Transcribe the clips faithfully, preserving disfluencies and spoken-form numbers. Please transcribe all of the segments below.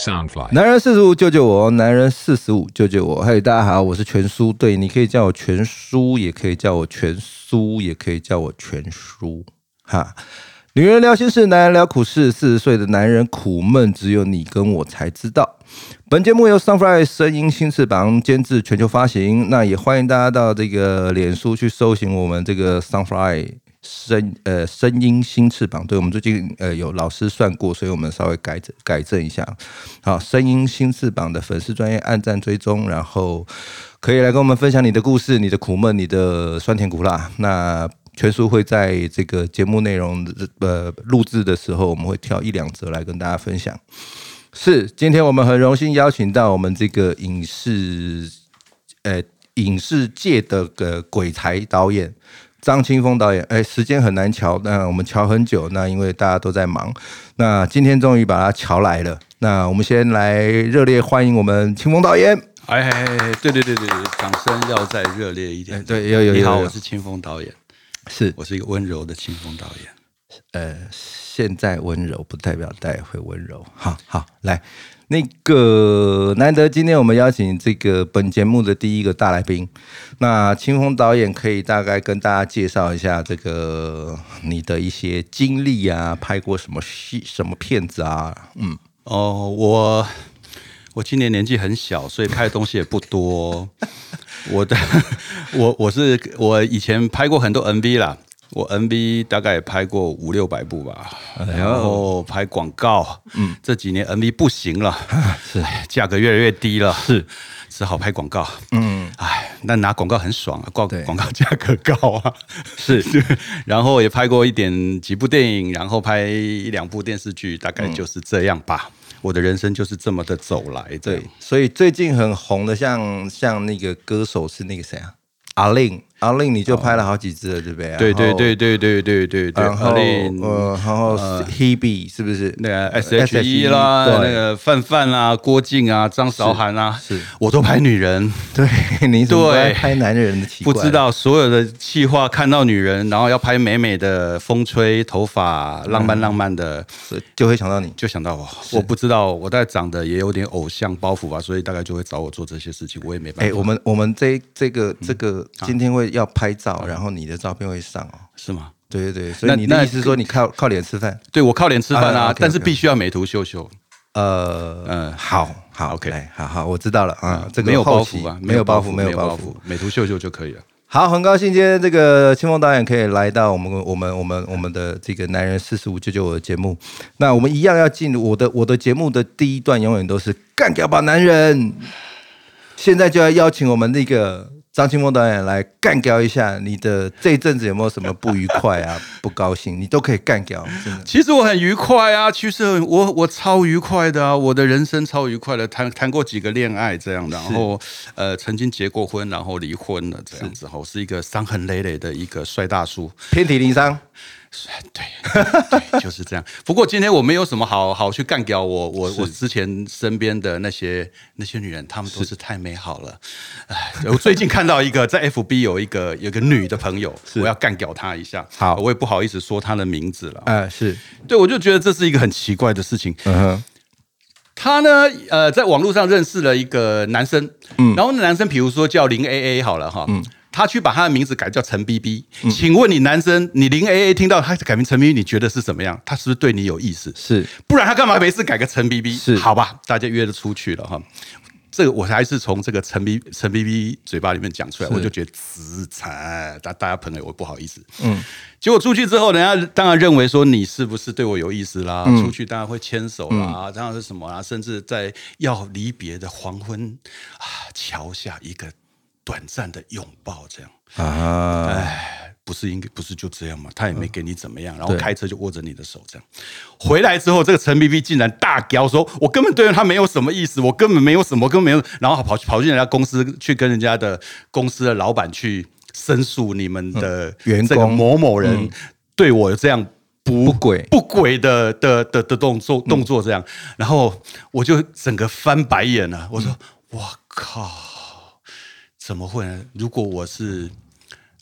Soundfly， 男人四十五救救我，男人四十五救救我。嘿，大家好，我是全叔，对，你可以叫我全叔，也可以叫我全叔，也可以叫我全叔。哈，女人聊心事，男人聊苦事，四十岁的男人苦闷，只有你跟我才知道。本节目由 Soundfly 声音新翅膀监制，全球发行。那也欢迎大家到这个脸书去搜寻我们这个 Soundfly。声呃声音新翅膀，对，我们最近呃有老师算过，所以我们稍微改改正一下。好，声音新翅膀的粉丝专页按赞追踪，然后可以来跟我们分享你的故事、你的苦闷、你的酸甜苦辣。那全叔会在这个节目内容呃录制的时候，我们会挑一两则来跟大家分享。是，今天我们很荣幸邀请到我们这个影视呃影视界的个鬼才导演。张清峰导演，哎，时间很难瞧，那我们瞧很久，那因为大家都在忙，那今天终于把他瞧来了。那我们先来热烈欢迎我们清峰导演。 哎，对对对对，掌声要再热烈一点。 对，有有有。 你好，我是清峰导演， 是我是一个温柔的清峰导演。 呃，现在温柔不代表待会温柔。好好，来。那个难得今天我们邀请这个本节目的第一个大来宾，那清峰导演可以大概跟大家介绍一下这个你的一些经历啊，拍过什么戏、什么片子啊？嗯， 哦，我我今年年纪很小，所以拍的东西也不多。我的我我是我以前拍过很多 M V 啦。我 M V 大概也拍过五六百部吧，然后拍广告，嗯，这几年 M V 不行了，是价格越来越低了，是只好拍广告，嗯，哎，那拿广告很爽啊，广广告价格高啊，是，然后也拍过一点几部电影，然后拍一两部电视剧，大概就是这样吧。嗯，我的人生就是这么的走来， 对，所以最近很红的像像那个歌手是那个谁啊，阿令。阿令你就拍了好几支了，对不对？ 对对对对对对对对。 然后呃，然后 Hebe 是不是那个 S H E 啦，那个范范啦、郭靖啊、张韶涵啊，是我都拍女人。 对，你怎么不拍男人的奇怪？ 不知道所有的企划看到女人，然后要拍美美的风吹头发、浪漫浪漫的， 就会想到你， 就想到我。我不知道，我大概长得也有点偶像包袱吧，所以大概就会找我做这些事情，我也没办法。 哎，我们我们这这个这个今天会。要拍照，然后你的照片会上哦， 是吗？ 对对对，所以你的意思是说你靠靠脸吃饭？ 对，我靠脸吃饭啊，但是必须要美图秀秀。 呃嗯，好好 ，OK， 好好，我知道了啊，这个没有包袱啊， 没有包袱，没有包袱， 美图秀秀就可以了。 好，很高兴今天这个清峰导演可以来到我们我们我们我们的这个男人四十五救救我的节目。那我们一样要进入我的我的节目的第一段，永远都是干掉吧男人。现在就要邀请我们那个。张清峰导演来干掉一下你的这一阵子有没有什么不愉快啊、不高兴，你都可以干掉。真的， 其实我很愉快啊，其实我我超愉快的啊，我的人生超愉快的，谈谈过几个恋爱这样的，然后呃曾经结过婚，然后离婚了这样子，我是一个伤痕累累的一个帅大叔， 遍体鳞伤。 对, 对，就是这样。不过今天我没有什么好好去干掉我我我之前身边的那些那些女人，她们都是太美好了。我最近看到一个在 F B 有一个有一个女的朋友，我要干掉她一下。好，我也不好意思说她的名字了。 呃，是对，我就觉得这是一个很奇怪的事情。 嗯哼。 他呢，呃，在网络上认识了一个男生，嗯，然后那男生比如说叫林 A A 好了哈，嗯。他去把他的名字改叫陈 B B，、嗯、请问你男生，你零 A A 听到他改名陈 B B， 你觉得是怎么样？他是不是对你有意思？ 是， 不然他干嘛没事改个陈 B B？ 是， 好吧，大家约了出去了哈。这个我还是从这个陈 B 陈 B B 嘴巴里面讲出来，我就觉得自残，大大家朋友我不好意思。嗯，结果出去之后，人家当然认为说你是不是对我有意思啦？嗯、出去当然会牵手啦，当然是什么啦，甚至在要离别的黄昏啊，桥下一个。短暂的拥抱，这样啊，哎，不是应该不是就这样吗？他也没给你怎么样，然后开车就握着你的手，这样回来之后，这个陈 B B 竟然大飙说：“我根本对他没有什么意思，我根本没有什么，根本没有。”然后跑跑去人家公司去跟人家的公司的老板去申诉你们的员工某某人对我这样不不轨不轨的的的的动作动作这样，然后我就整个翻白眼了，我说：“我靠！”怎么会呢？如果我是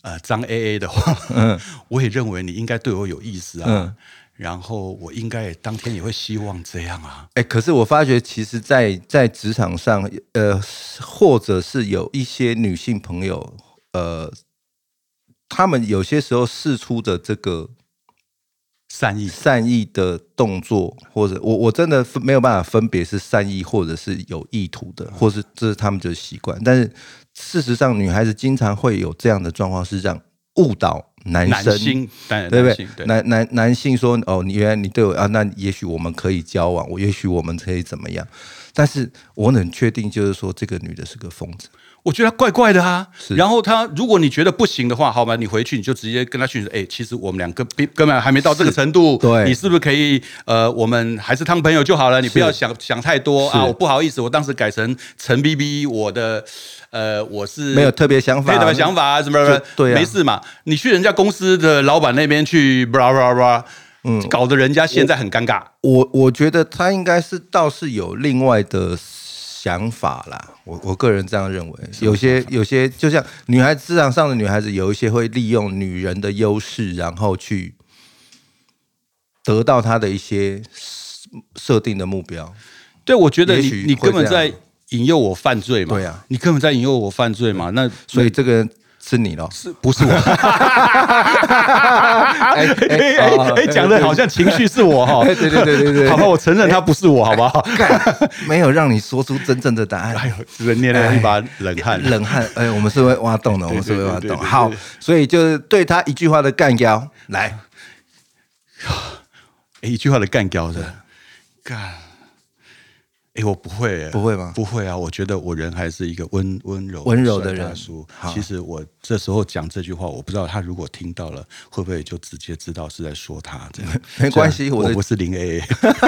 呃张 A A 的话，嗯，我也认为你应该对我有意思啊。嗯，然后我应该也当天也会希望这样啊。 哎、欸，可是我发觉，其实在，在在职场上，呃，或者是有一些女性朋友，呃，他们有些时候释出的这个善意、 善意的动作，或者我我真的没有办法分别是善意或者是有意图的，或是这是他们的习惯。但是事实上，女孩子经常会有这样的状况，是让误导。男生， 男性对不对？对男男男性说：“哦，你原来你对我啊，那也许我们可以交往，我也许我们可以怎么样？”但是我能确定，就是说这个女的是个疯子。 我觉得怪怪的啊。然后他，如果你觉得不行的话，好吧，你回去你就直接跟他讯息，哎、欸，其实我们两个根本还没到这个程度， 对， 你是不是可以呃，我们还是当朋友就好了，你不要想想太多啊。我不好意思，我当时改成陈 B B， 我的呃，我是没有特别想法， 没有特别想法啊，什么什么， 对啊， 没事嘛。你去人家公司的老板那边去，blah blah blah，嗯，搞得人家现在很尴尬。 我我觉得他应该是倒是有另外的想法啦，我我个人这样认为。有些有些，就像女孩子职场上的女孩子，有一些会利用女人的优势，然后去得到她的一些设定的目标。 对，我觉得你你根本在引诱我犯罪嘛？ 对啊， 你根本在引诱我犯罪嘛？那所以这个是你咯， 是不是我？哎哎哎，讲的好像情绪是我哈。 对对对对对， 好吧，我承认他不是我，好不好？ 没有让你说出真正的答案。 哎呦，是不是捏了一把冷汗？ 冷汗，哎，我们是会挖洞的，我们是会挖洞。好，所以就是对他一句话的干掉，来， 哎，一句话的干掉的干。哎，我不会， 不会吗？ 不会啊！我觉得我人还是一个温温柔温柔的人。 其实我这时候讲这句话，我不知道他如果听到了，会不会就直接知道是在说他这样？ 没关系， 我不是零 A。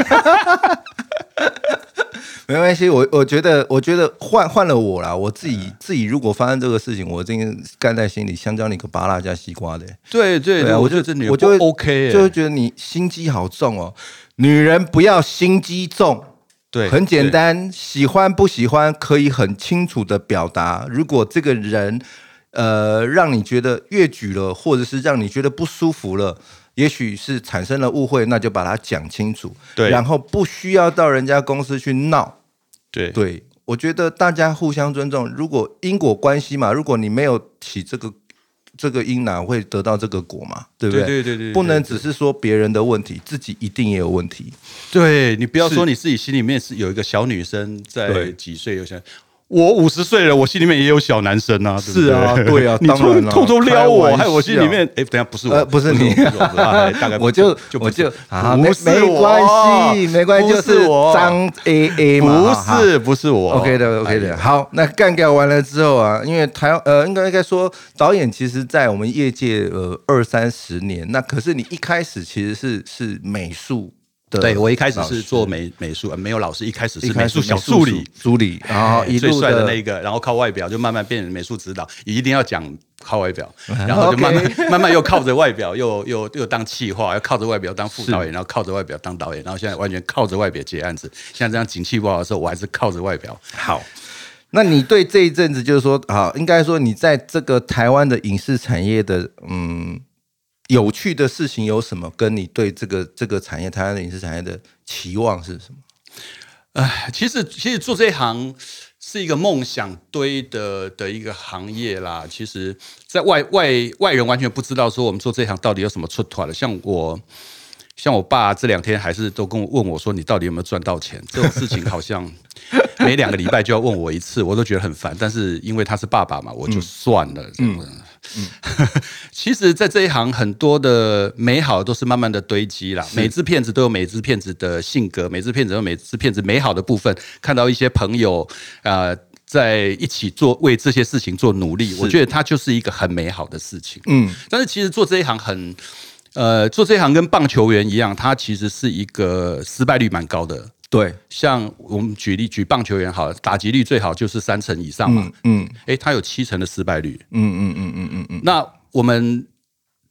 没关系，我我觉得，我觉得换换了我啦，我自己、嗯、自己如果发生这个事情，我真的干在心里，香蕉你个芭乐加西瓜的。 对对对， 我就我就会 OK， 就会觉得你心机好重哦。女人不要心机重。 对， 很简单，喜欢不喜欢可以很清楚的表达。如果这个人，呃，让你觉得越矩了，或者是让你觉得不舒服了，也许是产生了误会，那就把它讲清楚。 对， 然后不需要到人家公司去闹。 对， 对，我觉得大家互相尊重。如果因果关系嘛，如果你没有起这个。这个因哪会得到这个果嘛？对不对？ 对对对 对, 对, 对， 不能只是说别人的问题，自己一定也有问题。 对，你不要说你自己心里面是有一个小女生在几岁，有些我五十岁了，我心里面也有小男生啊。 是啊，对啊， 你当然偷偷撩我，害我心里面，哎，等下不是我， 呃，不是你， 大概我就我就啊，没没关系，没关系，就是张 A A 嘛， 不是不是我 ，OK 的 OK 的。好，那干掉完了之后啊，因为台呃，应该应该说导演其实，在我们业界呃二三十年，那可是你一开始其实是是美术。 对，我一开始是做美美术，没有老师，一开始是美术小助理， 助理，然后一最帅的那个，然后靠外表就慢慢变成美术指导，一定要讲靠外表，然后就慢慢慢慢又靠着外表，又又又当企划，又靠着外表当副导演，然后靠着外表当导演，然后现在完全靠着外表接案子。像这样景气不好的时候，我还是靠着外表。 好，那你对这一阵子就是说，好，应该说你在这个台湾的影视产业的，嗯。有趣的事情有什么？跟你对这个这个产业，台湾的影视产业的期望是什么？ 哎，其实其实做这一行是一个梦想堆的的一个行业啦。其实，在外外外人完全不知道说我们做这一行到底有什么出头的。像我，像我爸这两天还是都跟我问我说，你到底有没有赚到钱？这种事情好像每两个礼拜就要问我一次，我都觉得很烦。但是因为他是爸爸嘛，我就算了。嗯。嗯嗯，其实，在这一行，很多的美好都是慢慢的堆积啦。每支片子都有每支片子的性格，每支片子有每支片子美好的部分。看到一些朋友呃，在一起做为这些事情做努力，我觉得它就是一个很美好的事情。嗯，但是其实做这一行很，呃，做这一行跟棒球员一样，它其实是一个失败率蛮高的。对，像我们举例举棒球员好了，打击率最好就是三成以上嘛，嗯，哎、嗯，他有七成的失败率，嗯嗯嗯嗯嗯嗯。那我们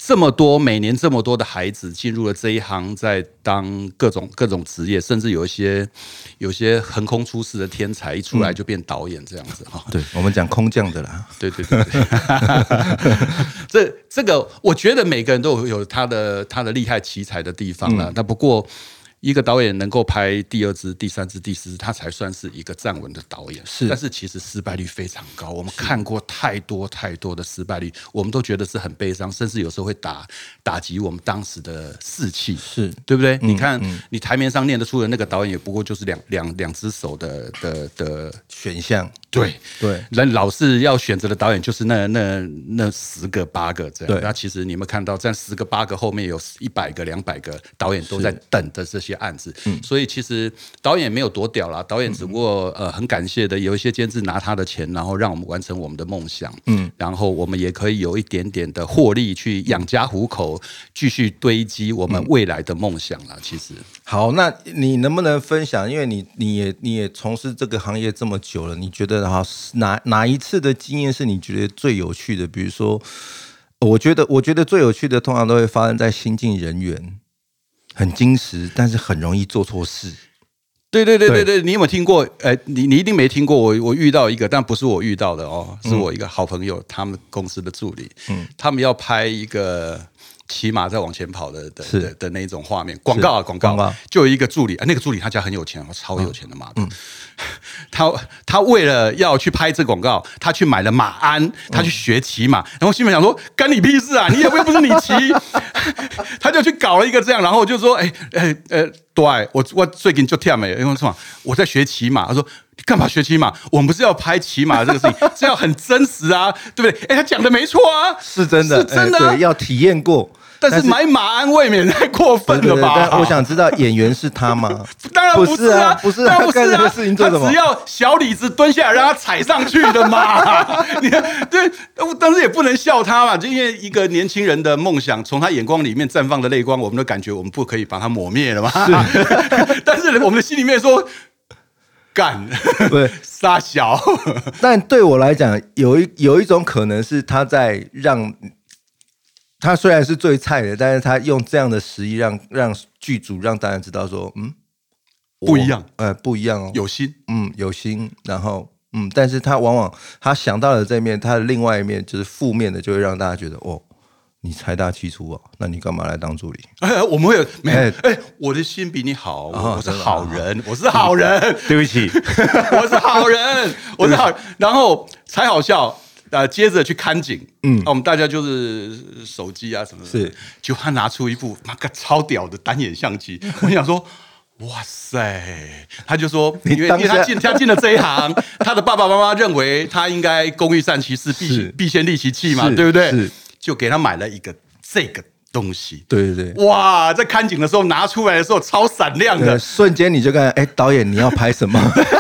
这么多每年这么多的孩子进入了这一行，在当各种各种职业，甚至有一些有些横空出世的天才，一出来就变导演这样子哈。 嗯、对，我们讲空降的啦。 对对对对，这这个我觉得每个人都有有他的他的厉害奇才的地方了。嗯、那不过。一个导演能够拍第二支、第三支、第四支，他才算是一个站稳的导演。 是， 但是其实失败率非常高。我们看过太多太多的失败率，我们都觉得是很悲伤，甚至有时候会打打击我们当时的士气， 是对不对？嗯、你看， 嗯、 你台面上念得出的那个导演，也不过就是两两两只手的的的选项。 对对， 人老是要选择的导演就是那那那十个八个这样。那其实你们看到，在十个八个后面有一百个、两百个导演都在等着这些案子。嗯、所以其实导演没有多屌啦，导演只不过呃很感谢的有一些监制拿他的钱，然后让我们完成我们的梦想。嗯，然后我们也可以有一点点的获利去养家糊口，继续堆积我们未来的梦想啦。其实好，那你能不能分享？因为你你也你也从事这个行业这么久了，你觉得好哪哪一次的经验是你觉得最有趣的？比如说，我觉得我觉得最有趣的通常都会发生在新进人员，很精实，但是很容易做错事。 对对对对对，你有没有听过？呃，你你一定没听过。我我遇到一个，但不是我遇到的哦，是我一个好朋友，他们公司的助理，嗯，他们要拍一个骑马在往前跑的的的的那种画面，广告啊广告，告就有一个助理，那个助理他家很有钱，超有钱的嘛，嗯，他他为了要去拍这广告，他去买了马鞍，他去学骑马，然后心里想说，干你屁事啊，你也不不是你骑，他就去搞了一个这样，然后就说，哎哎呃。对，我我最近就跳没，因为什么？我在学骑马。他说：“你干嘛学骑马？我们不是要拍骑马这个事情，这要很真实啊，对不对？”哎，他讲的没错啊， 是真的， 是真的、啊欸，对，要体验过。 但是买马鞍未免太过分了吧？ 对对对，但我想知道演员是他吗？ 当然不是啊， 不是、 啊，当然不是啊。 他事情做什么？ 他只要小李子蹲下来让他踩上去的嘛。你看，对，但是也不能笑他嘛，就因为一个年轻人的梦想，从他眼光里面绽放的泪光，我们的感觉，我们不可以把它抹灭了嘛。但是我们的心里面说。干，对，傻小。 但对我来讲，有一有一种可能是他在让。他虽然是最菜的，但是他用这样的实力让让剧组让大家知道说，嗯， 不一样， 呃，不一样哦， 有心， 嗯，有心，然后嗯，但是他往往他想到了这一面，他的另外一面就是负面的，就会让大家觉得，哦，你财大气粗哦，那你干嘛来当助理？ 哎，我们会有没有？哎、欸，我的心比你好，哦、我是好人，我是好人， 对不起， 我是好人，我是好人，然后才好笑。呃，接着去看景，嗯，啊、我们大家就是手机啊什么的， 是， 就他拿出一部那个超屌的单眼相机，我想说，哇塞，他就说，因为因为他进他进了这一行，他的爸爸妈妈认为他应该工欲善其事，必必先利其器嘛，对不对？是，就给他买了一个这个东西， 对对对， 哇，在看景的时候拿出来的时候超闪亮的， 瞬间你就看，哎，导演你要拍什么？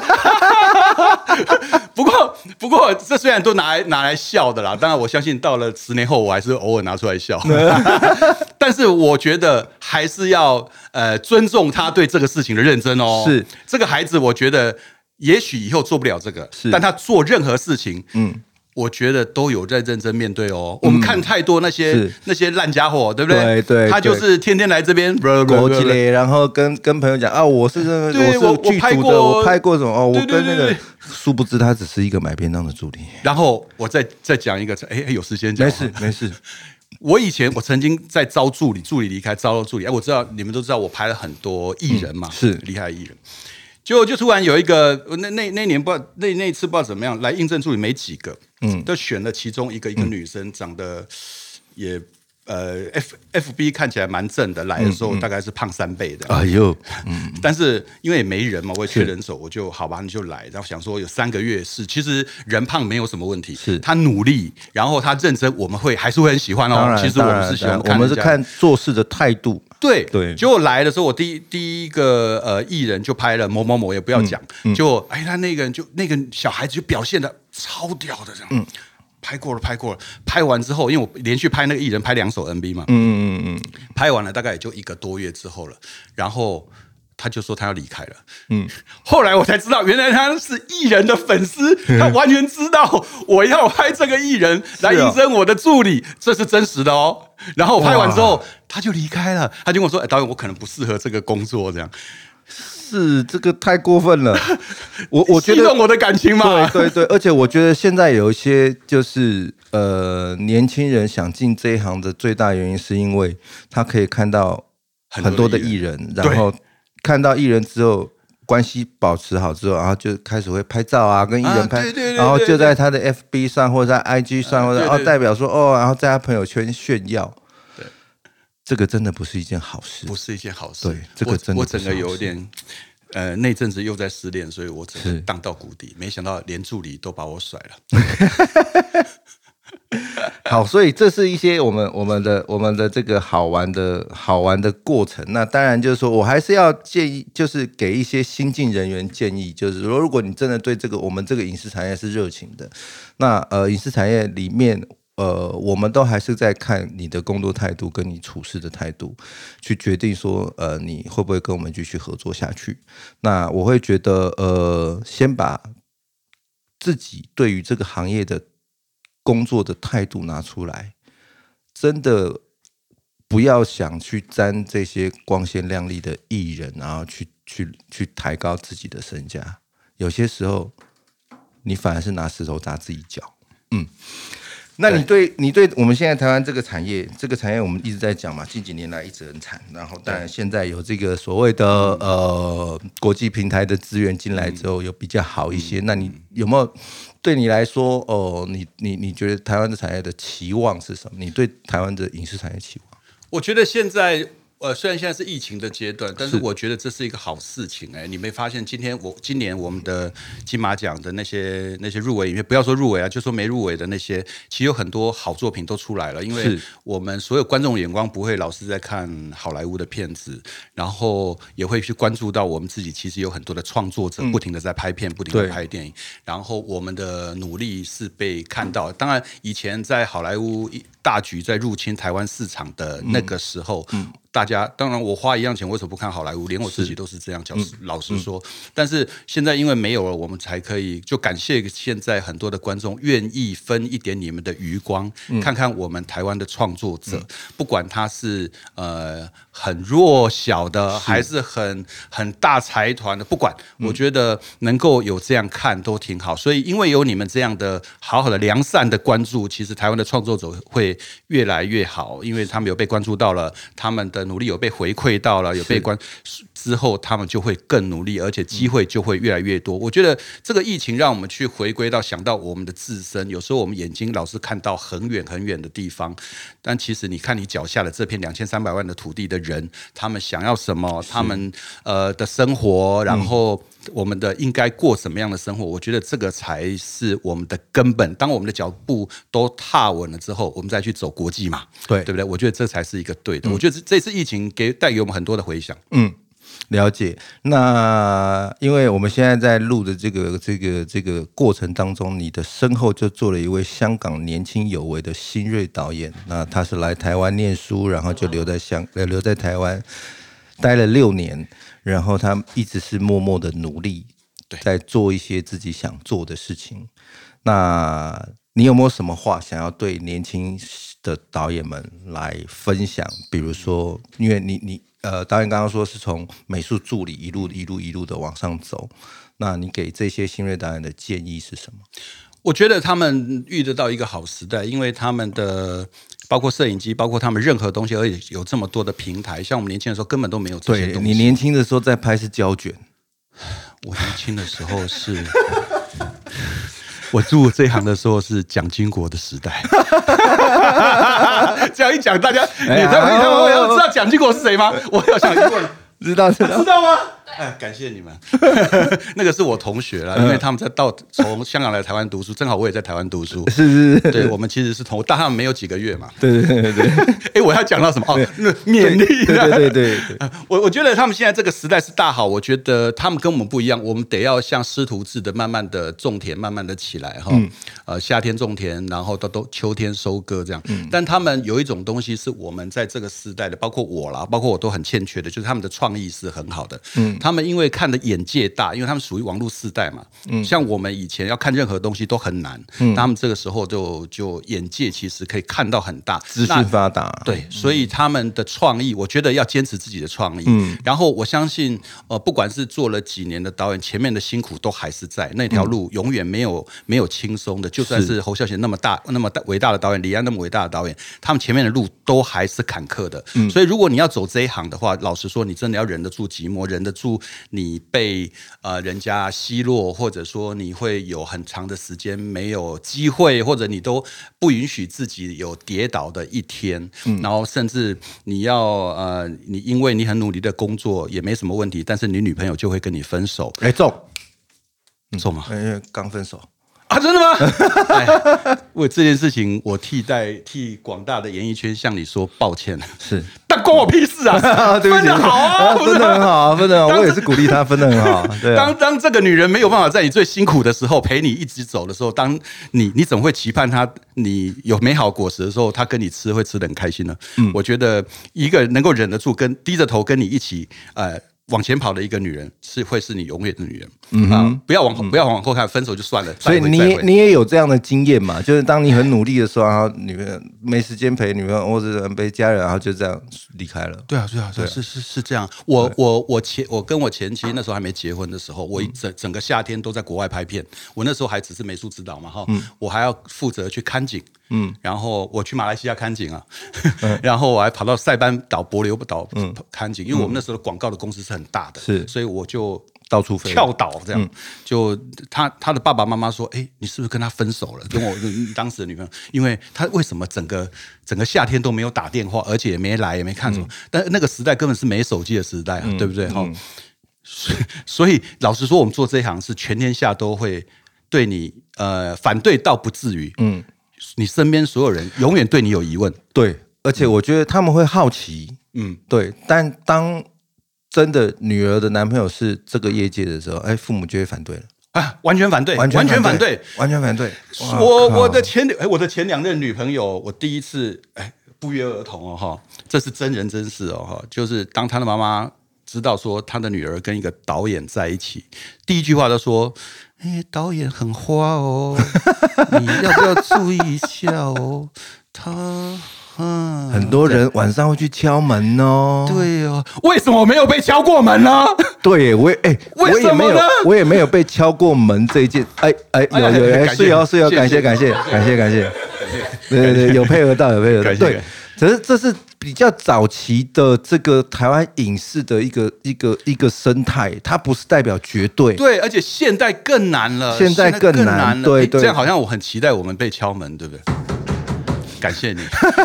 不过，不过，这虽然都拿来拿来笑的啦，当然我相信到了十年后，我还是偶尔拿出来笑。但是我觉得还是要呃尊重他对这个事情的认真哦。 是这个孩子，我觉得也许以后做不了这个，但他做任何事情，嗯。我觉得都有在认真面对哦。我们看太多那些那些烂家伙，对不对？ 对对， 他就是天天来这边国际嘞，然后跟跟朋友讲啊，我是我是剧组的，我拍过什么哦，我跟那个，殊不知他只是一个买便当的助理。 然后我再再讲一个，哎，有时间讲， 没事没事。 我以前我曾经在招助理，助理离开招了助理，哎，我知道你们都知道，我拍了很多艺人嘛， 是厉害的艺人。结果就突然有一个，那那那年不知道那那次不知道怎么样来应征助理没几个，嗯，都选了其中一个一个女生，长得也呃 F F B 看起来蛮正的，来的时候大概是胖三倍的， 哎呦，嗯， 但是因为也没人嘛，我也缺人手，我就好吧，你就来，然后想说有三个月是，其实人胖没有什么问题， 是他努力，然后他认真，我们会还是会很喜欢哦。其实我们是喜欢看， 我们是看做事的态度。 对对， 结果来的时候，我第一第一个呃艺人就拍了某某某，也不要讲，嗯嗯、结果哎，他那个人就那个小孩子就表现的超屌的这样，嗯，拍过了拍过了，拍完之后，因为我连续拍那个艺人拍两首 M V 嘛，嗯嗯嗯嗯，拍完了大概也就一个多月之后了，然后他就说他要离开了。嗯，后来我才知道，原来他是艺人的粉丝，他完全知道我要拍这个艺人来应征我的助理，这是真实的哦。然后我拍完之后，他就离开了，他就跟我说：“哎，导演，我可能不适合这个工作。”这样是这个太过分了，我我觉得激动我的感情嘛。 对对对，而且我觉得现在有一些就是呃年轻人想进这一行的最大原因，是因为他可以看到很多的艺人，然后看到艺人之后，关系保持好之后，然后就开始会拍照啊，跟艺人拍，啊、对对对对对，然后就在他的 F B 上或者在 I G 上，或者哦代表说哦，然后在他朋友圈炫耀。对，这个真的不是一件好事， 不是一件好事。 对，这个真的我我整个有点，呃，那阵子又在失恋，所以我整个荡到谷底。没想到连助理都把我甩了。 好，所以这是一些我们我们的我们的这个好玩的好玩的过程。那当然就是说我还是要建议，就是给一些新进人员建议，就是说如果你真的对这个我们这个影视产业是热情的，那呃影视产业里面呃我们都还是在看你的工作态度跟你处事的态度，去决定说呃你会不会跟我们继续合作下去。那我会觉得呃先把自己对于这个行业的工作的态度拿出来，真的不要想去沾这些光鲜亮丽的艺人，然后去去去抬高自己的身价。有些时候，你反而是拿石头砸自己脚。嗯，那你对你对我们现在台湾这个产业，这个产业我们一直在讲嘛，近几年来一直很惨。然后当然现在有这个所谓的呃国际平台的资源进来之后，有比较好一些。那你有没有？对你来说，哦，你你你觉得台湾的产业的期望是什么？你对台湾的影视产业期望？ 我觉得现在，呃，虽然现在是疫情的阶段，但是我觉得这是一个好事情。哎，你没发现今天我今年我们的金马奖的那些那些入围影片，不要说入围啊，就说没入围的那些，其实有很多好作品都出来了。因为我们所有观众眼光不会老是在看好莱坞的片子，然后也会去关注到我们自己其实有很多的创作者不停的在拍片，嗯、不停的拍电影，然后我们的努力是被看到。当然，以前在好莱坞大局在入侵台湾市场的那个时候，嗯嗯、大家当然我花一样钱，为什么不看好莱坞？连我自己都是这样讲，老实说。嗯嗯、但是现在因为没有了，我们才可以就感谢现在很多的观众愿意分一点你们的余光，嗯、看看我们台湾的创作者，嗯、不管他是呃很弱小的，还是很很大财团的，不管，嗯、我觉得能够有这样看都挺好。所以因为有你们这样的好好的良善的关注，其实台湾的创作者会越来越好，因为他们有被关注到了，他们的努力有被回馈到了，有被关之后，他们就会更努力，而且机会就会越来越多。我觉得这个疫情让我们去回归到想到我们的自身，有时候我们眼睛老是看到很远很远的地方，但其实你看你脚下的这片两千三百万的土地的人，他们想要什么，他们呃的生活，然后我们的应该过什么样的生活，我觉得这个才是我们的根本。当我们的脚步都踏稳了之后，我们再去走国际嘛，对对不对？我觉得这才是一个对的。嗯、我觉得这次疫情给带给我们很多的回响。 嗯，了解。那因为我们现在在录的这个这个这个过程当中，你的身后就坐了一位香港年轻有为的新锐导演。那他是来台湾念书，然后就留在香留在台湾待了六年。然后他一直是默默的努力，在做一些自己想做的事情。那你有没有什么话想要对年轻的导演们来分享？比如说，因为你你呃，导演刚刚说是从美术助理一路一路一路的往上走，那你给这些新锐导演的建议是什么？ 我觉得他们遇得到一个好时代，因为他们的包括摄影机，包括他们任何东西，而且有这么多的平台。像我们年轻的时候根本都没有这些东西。 对，你年轻的时候在拍是胶卷， 我年轻的时候是，我入这一行的时候是蒋经国的时代。这样一讲，大家你他们他们要知道蒋经国是谁吗？我有想疑问， 知道知道知道吗？ 哎，感谢你们。那个是我同学啦，因为他们在到从香港来台湾读书，正好我也在台湾读书。 是是是， 对，我们其实是同，但他们没有几个月嘛。 对对对对。 哎，我要讲到什么？哦，勉励。 对对对对对。 我我觉得他们现在这个时代是大好，我觉得他们跟我们不一样，我们得要像师徒制的，慢慢的种田，慢慢的起来哈。嗯、呃，夏天种田，然后到都秋天收割这样。嗯、但他们有一种东西是我们在这个时代的，包括我啦，包括我都很欠缺的，就是他们的创意是很好的。嗯，他们因为看的眼界大，因为他们属于网络世代嘛。嗯，像我们以前要看任何东西都很难，嗯，他们这个时候就就眼界其实可以看到很大， 资讯发达。 对，所以他们的创意，我觉得要坚持自己的创意。嗯，然后我相信，呃，不管是做了几年的导演，前面的辛苦都还是在那条路，永远没有没有轻松的。就算是侯孝贤那么大、那么大伟大的导演，李安那么伟大的导演，他们前面的路都还是坎坷的。嗯，所以如果你要走这一行的话，老实说，你真的要忍得住寂寞，忍得住你被呃人家奚落，或者说你会有很长的时间没有机会，或者你都不允许自己有跌倒的一天。嗯，然后甚至你要呃，你因为你很努力的工作也没什么问题，但是你女朋友就会跟你分手。 哎，中中吗？ 因为刚分手。 啊，真的吗？哎，为这件事情，我替代替广大的演艺圈向你说抱歉。 是， 但关我屁事啊！ 对不起， 分得好啊， 分得很好啊，分得很好。我也是鼓励他分得很好。对、啊， 当当这个女人没有办法在你最辛苦的时候陪你一直走的时候，当你你怎么会期盼她你有美好果实的时候，她跟你吃会吃得很开心呢？嗯，我觉得一个能够忍得住跟低着头跟你一起呃。往前跑的一个女人是会是你永远的女人，嗯啊，不要往后，不要往后看，分手就算了。 所以你你也有这样的经验嘛？就是当你很努力的时候，然后女朋友没时间陪女朋友，或者陪家人，然后就这样离开了。 对啊，对啊，对啊，是是是这样。我我我前我跟我前妻那时候还没结婚的时候，我整整个夏天都在国外拍片。我那时候还只是美术指导嘛，哈、嗯，我还要负责去看景。嗯，然后我去马来西亚看景啊，嗯、然后我还跑到塞班岛、帛琉岛看景，因为我们那时候的广告的公司是很大的， 是， 所以我就到处飞跳岛这样。嗯、就他他的爸爸妈妈说：“哎、欸，你是不是跟他分手了？”跟我当时的女朋友，因为他为什么整个整个夏天都没有打电话，而且也没来，也没看什么。嗯、但那个时代根本是没手机的时代啊，嗯、对不对？哈、嗯，所以老实说，我们做这一行是全天下都会对你呃反对，倒不至于，嗯。你身边所有人永远对你有疑问， 对，而且我觉得他们会好奇，嗯，对。但当真的女儿的男朋友是这个业界的时候，哎，父母就会反对了啊，完全反对，完全反对， 完全反对。 我我的前哎，我的前两任女朋友，我第一次哎不约而同哦哈，这是真人真事哦哈，就是当他的妈妈知道说他的女儿跟一个导演在一起，第一句话就说。哎，导演很花哦，你要不要注意一下哦？他，嗯， 很多人晚上会去敲门哦。 对哦，为什么没有被敲过门呢？ 对，我也哎， 为什么呢？ 我也没有被敲过门这一件。哎哎，有有有，是哦是哦，感谢感谢感谢感谢，对对对，有配合到有配合到，对。可是这是比较早期的这个台湾影视的一个一个一个生态，它不是代表绝对。 对，而且现在更难了， 现在更难，难了对对。 这样好像我很期待我们被敲门，对不对？感谢你。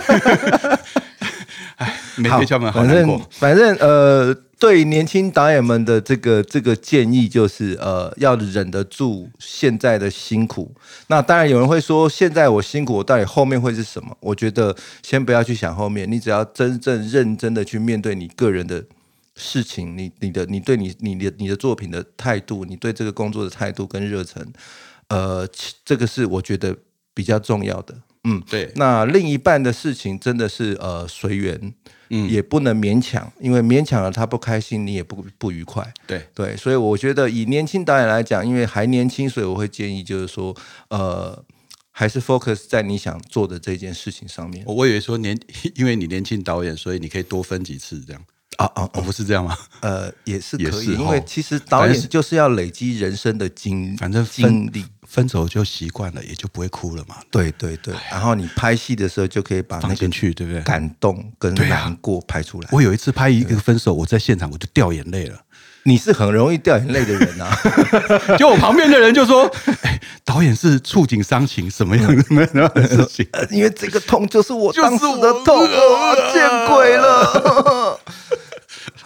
哎，没被敲门好难过。 反正反正呃，对年轻导演们的这个这个建议就是呃，要忍得住现在的辛苦。那当然有人会说，现在我辛苦，我到底后面会是什么？我觉得先不要去想后面，你只要真正认真的去面对你个人的事情，你你的你对你你的你的作品的态度，你对这个工作的态度跟热忱，呃，这个是我觉得比较重要的。嗯， 对。 那另一半的事情真的是呃随缘，嗯，也不能勉强，因为勉强了他不开心，你也不不愉快。 对对，所以我觉得以年轻导演来讲，因为还年轻，所以我会建议就是说，呃，还是 focus 在你想做的这件事情上面。 我以为说年，因为你年轻导演，所以你可以多分几次这样。啊啊，哦，不是这样吗？ 呃，也是可以，因为其实导演就是要累积人生的经， 反正经历。 分手就习惯了，也就不会哭了嘛。 对对对，然后你拍戏的时候就可以把那个进去，对不对？ 感动跟难过拍出来。 我有一次拍一个分手，我在现场我就掉眼泪了。 你是很容易掉眼泪的人啊！ 就我旁边的人就说：“哎，导演是触景伤情，什么样什么样的事情？ 因为这个痛就是我当时的痛，我见鬼了。”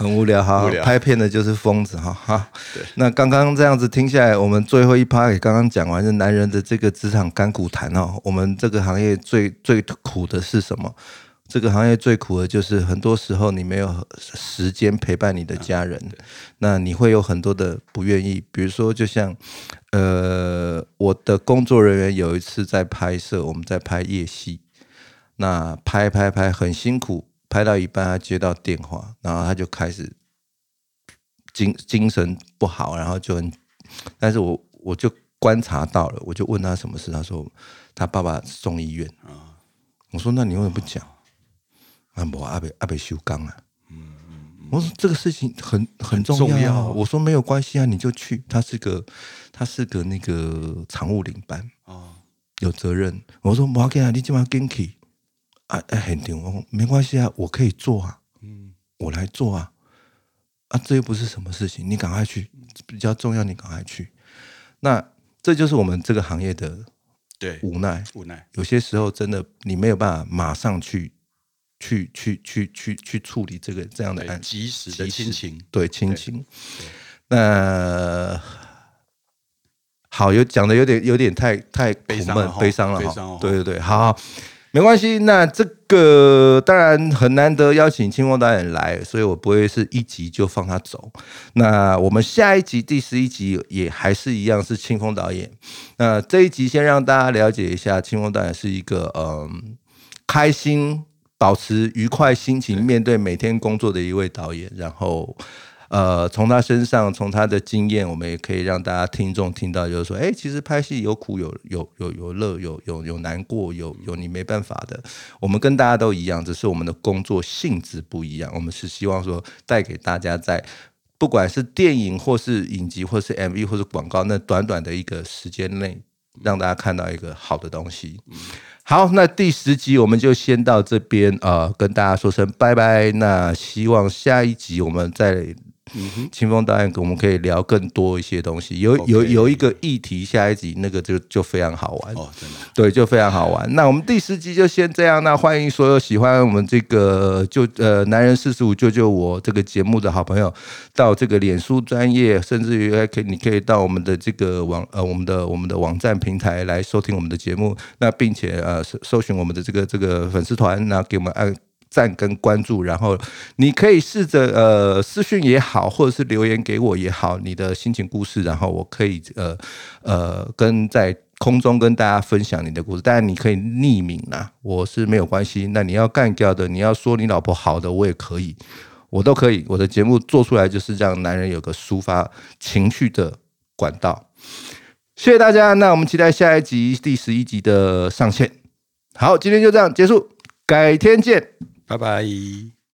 很无聊。好， 无聊拍片的就是疯子哈。哈，那刚刚这样子听下来，我们最后一趴也刚刚讲完是男人的这个职场甘苦谈哦。我们这个行业最最苦的是什么？这个行业最苦的就是很多时候你没有时间陪伴你的家人，嗯、那你会有很多的不愿意。比如说，就像呃，我的工作人员有一次在拍摄，我们在拍夜戏，那拍拍拍很辛苦，拍到一半他接到电话，然后他就开始精精神不好，然后就很，但是我我就观察到了，我就问他什么事，他说他爸爸送医院。我说那你为什么不讲？啊，我阿北阿北修钢啊，嗯嗯，我说这个事情很很重要、啊重要哦，我说没有关系啊，你就去，他是个他是个那个常务领班哦，有责任。我说不要紧啊，你今晚跟去啊，哎很顶，我说没关系啊，我可以做啊，嗯，我来做啊，啊，这又不是什么事情，你赶快去，比较重要，你赶快去。那这就是我们这个行业的对无奈， 无奈， 有些时候真的你没有办法马上去。去去去去去处理这个这样的案， 及时的亲情， 对亲情。那好，有讲的有点有点太太悲伤了，悲伤了哈， 对对对，好，好，没关系。那这个当然很难得邀请青峰导演来，所以我不会是一集就放他走。那我们下一集第十一集也还是一样是青峰导演。那这一集先让大家了解一下，青峰导演是一个嗯开心。保持愉快心情面对每天工作的一位导演，然后，呃，从他身上，从他的经验，我们也可以让大家听众听到，就是说，哎，其实拍戏有苦有有有有乐，有有有难过，有有你没办法的。我们跟大家都一样，只是我们的工作性质不一样。我们是希望说带给大家在不管是电影或是影集或是 M V 或是广告，那短短的一个时间内，让大家看到一个好的东西。好，那第十集我们就先到这边，呃，跟大家说声拜拜。那希望下一集我们再，嗯、青峰导演我们可以聊更多一些东西。有有有一个议题，下一集那个就就非常好玩哦，真的，对，就非常好玩。那我们第十集就先这样。那欢迎所有喜欢我们这个就呃男人四十五救救我这个节目的好朋友，到这个脸书专页，甚至于还可以，你可以到我们的这个网呃我们的我们的网站平台来收听我们的节目。那并且呃搜寻我们的这个这个粉丝团，然后给我们按赞跟关注，然后你可以试着呃私讯也好，或者是留言给我也好，你的心情故事，然后我可以呃呃跟在空中跟大家分享你的故事。当然你可以匿名啦，我是没有关系。那你要干掉的，你要说你老婆好的，我也可以，我都可以。我的节目做出来就是让男人有个抒发情绪的管道。谢谢大家，那我们期待下一集第十一集的上线。好，今天就这样结束，改天见， 拜拜。